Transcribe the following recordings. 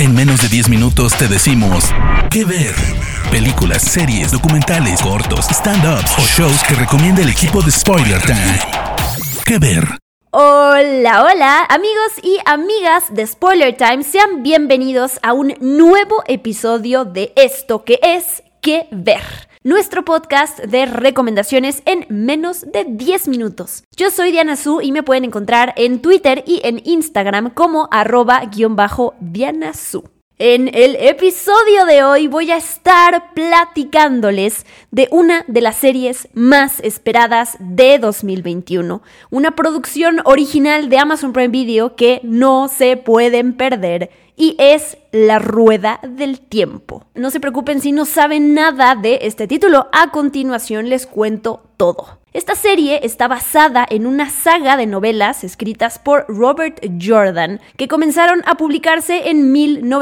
En menos de 10 minutos te decimos qué ver. Películas, series, documentales, cortos, stand-ups o shows que recomienda el equipo de Spoiler Time. ¿Qué ver? Hola, hola, amigos y amigas de Spoiler Time, sean bienvenidos a un nuevo episodio de esto que es ¿Qué ver? Nuestro podcast de recomendaciones en menos de 10 minutos. Yo soy Diana Su y me pueden encontrar en Twitter y en Instagram como @_DianaSu. En el episodio de hoy voy a estar platicándoles de una de las series más esperadas de 2021. Una producción original de Amazon Prime Video que no se pueden perder y es La Rueda del Tiempo. No se preocupen si no saben nada de este título, a continuación les cuento todo. Esta serie está basada en una saga de novelas escritas por Robert Jordan que comenzaron a publicarse en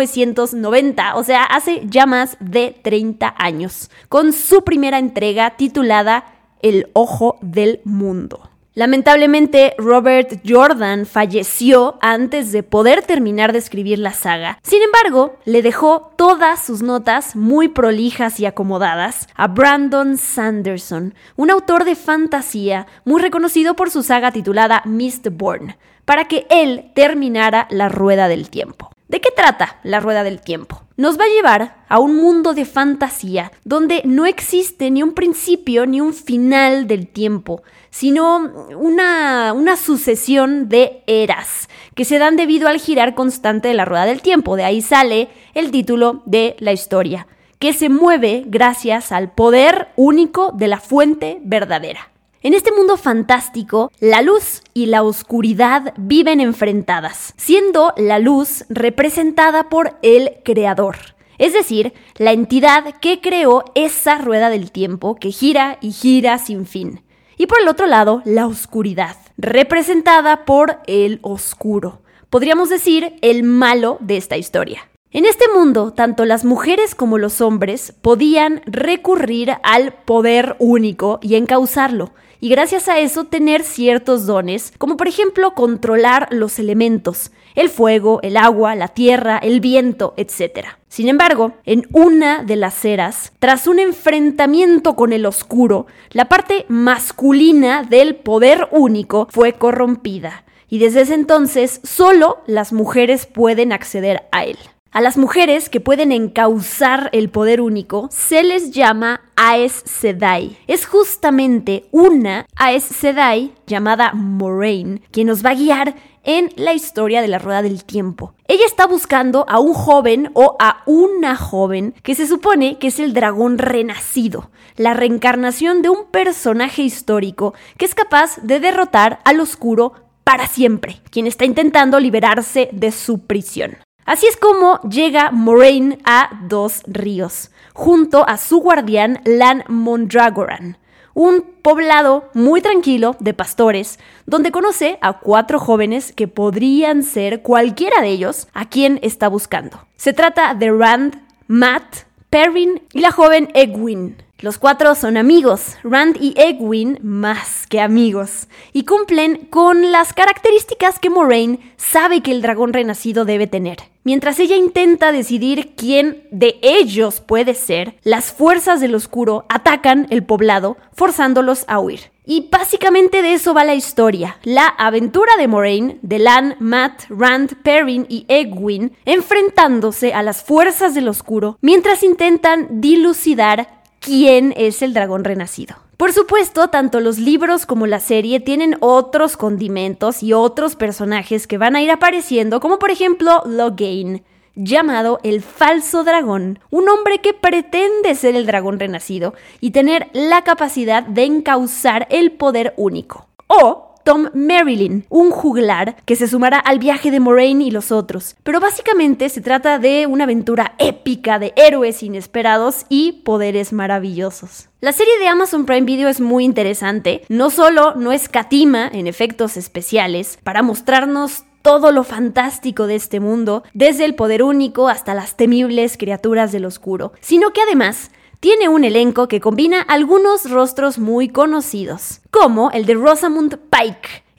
1990, o sea, hace ya más de 30 años, con su primera entrega titulada El Ojo del Mundo. Lamentablemente, Robert Jordan falleció antes de poder terminar de escribir la saga. Sin embargo, le dejó todas sus notas muy prolijas y acomodadas a Brandon Sanderson, un autor de fantasía muy reconocido por su saga titulada Mistborn, para que él terminara La Rueda del Tiempo. ¿De qué trata La Rueda del Tiempo? Nos va a llevar a un mundo de fantasía donde no existe ni un principio ni un final del tiempo, sino una sucesión de eras que se dan debido al girar constante de la rueda del tiempo. De ahí sale el título de la historia, que se mueve gracias al poder único de la fuente verdadera. En este mundo fantástico, la luz y la oscuridad viven enfrentadas, siendo la luz representada por el creador, es decir, la entidad que creó esa rueda del tiempo que gira y gira sin fin. Y por el otro lado, la oscuridad, representada por el oscuro, podríamos decir el malo de esta historia. En este mundo, tanto las mujeres como los hombres podían recurrir al poder único y encauzarlo, y gracias a eso tener ciertos dones, como por ejemplo controlar los elementos, el fuego, el agua, la tierra, el viento, etc. Sin embargo, en una de las eras, tras un enfrentamiento con el oscuro, la parte masculina del poder único fue corrompida, y desde ese entonces solo las mujeres pueden acceder a él. A las mujeres que pueden encauzar el poder único se les llama Aes Sedai. Es justamente una Aes Sedai llamada Moiraine quien nos va a guiar en la historia de la Rueda del Tiempo. Ella está buscando a un joven o a una joven que se supone que es el dragón renacido, la reencarnación de un personaje histórico que es capaz de derrotar al oscuro para siempre, quien está intentando liberarse de su prisión. Así es como llega Moiraine a Dos Ríos, junto a su guardián Lan Mondragoran, un poblado muy tranquilo de pastores, donde conoce a 4 jóvenes que podrían ser cualquiera de ellos a quien está buscando. Se trata de Rand, Mat, Perrin y la joven Egwene. Los 4 son amigos, Rand y Egwene más que amigos, y cumplen con las características que Moiraine sabe que el dragón renacido debe tener. Mientras ella intenta decidir quién de ellos puede ser, las fuerzas del oscuro atacan el poblado, forzándolos a huir. Y básicamente de eso va la historia, la aventura de Moiraine, de Lan, Mat, Rand, Perrin y Egwene, enfrentándose a las fuerzas del oscuro, mientras intentan dilucidar quién es el dragón renacido. Por supuesto, tanto los libros como la serie tienen otros condimentos y otros personajes que van a ir apareciendo, como por ejemplo Logain, llamado el falso dragón, un hombre que pretende ser el dragón renacido y tener la capacidad de encauzar el poder único. O Tom Merrilin, un juglar que se sumará al viaje de Moiraine y los otros. Pero básicamente se trata de una aventura épica de héroes inesperados y poderes maravillosos. La serie de Amazon Prime Video es muy interesante. No solo no escatima en efectos especiales para mostrarnos todo lo fantástico de este mundo, desde el poder único hasta las temibles criaturas del oscuro, sino que además tiene un elenco que combina algunos rostros muy conocidos, como el de Rosamund Pike,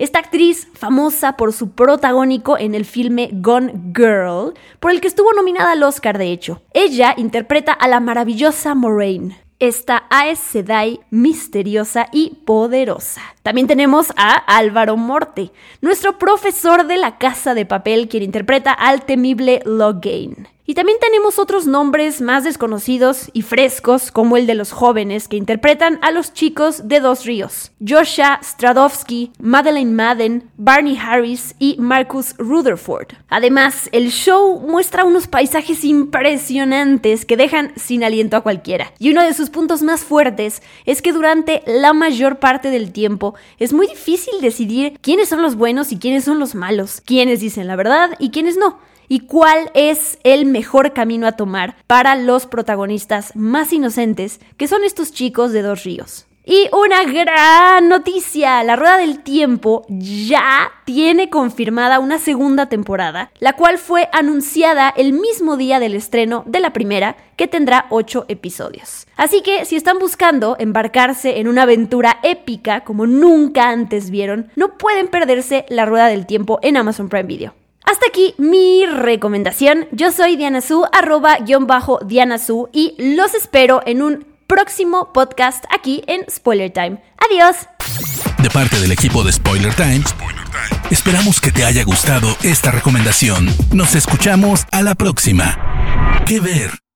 Esta actriz, famosa por su protagónico en el filme Gone Girl, por el que estuvo nominada al Oscar de hecho. Ella interpreta a la maravillosa Moraine, esta Aes Sedai misteriosa y poderosa. También tenemos a Álvaro Morte, nuestro profesor de La Casa de Papel, quien interpreta al temible Logain. Y también tenemos otros nombres más desconocidos y frescos, como el de los jóvenes que interpretan a los chicos de Dos Ríos: Joshua Stradowski, Madeleine Madden, Barney Harris y Marcus Rutherford. Además, el show muestra unos paisajes impresionantes que dejan sin aliento a cualquiera. Y uno de sus puntos más fuertes es que durante la mayor parte del tiempo es muy difícil decidir quiénes son los buenos y quiénes son los malos, quiénes dicen la verdad y quiénes no, y cuál es el mejor camino a tomar para los protagonistas más inocentes, que son estos chicos de Dos Ríos. Y una gran noticia: La Rueda del Tiempo ya tiene confirmada una segunda temporada, la cual fue anunciada el mismo día del estreno de la primera, que tendrá 8 episodios. Así que si están buscando embarcarse en una aventura épica como nunca antes vieron, no pueden perderse La Rueda del Tiempo en Amazon Prime Video. Hasta aquí mi recomendación. Yo soy Diana Su, @Diana Su, y los espero en un próximo podcast aquí en Spoiler Time. ¡Adiós! De parte del equipo de Spoiler Time, esperamos que te haya gustado esta recomendación. Nos escuchamos a la próxima. ¿Qué ver?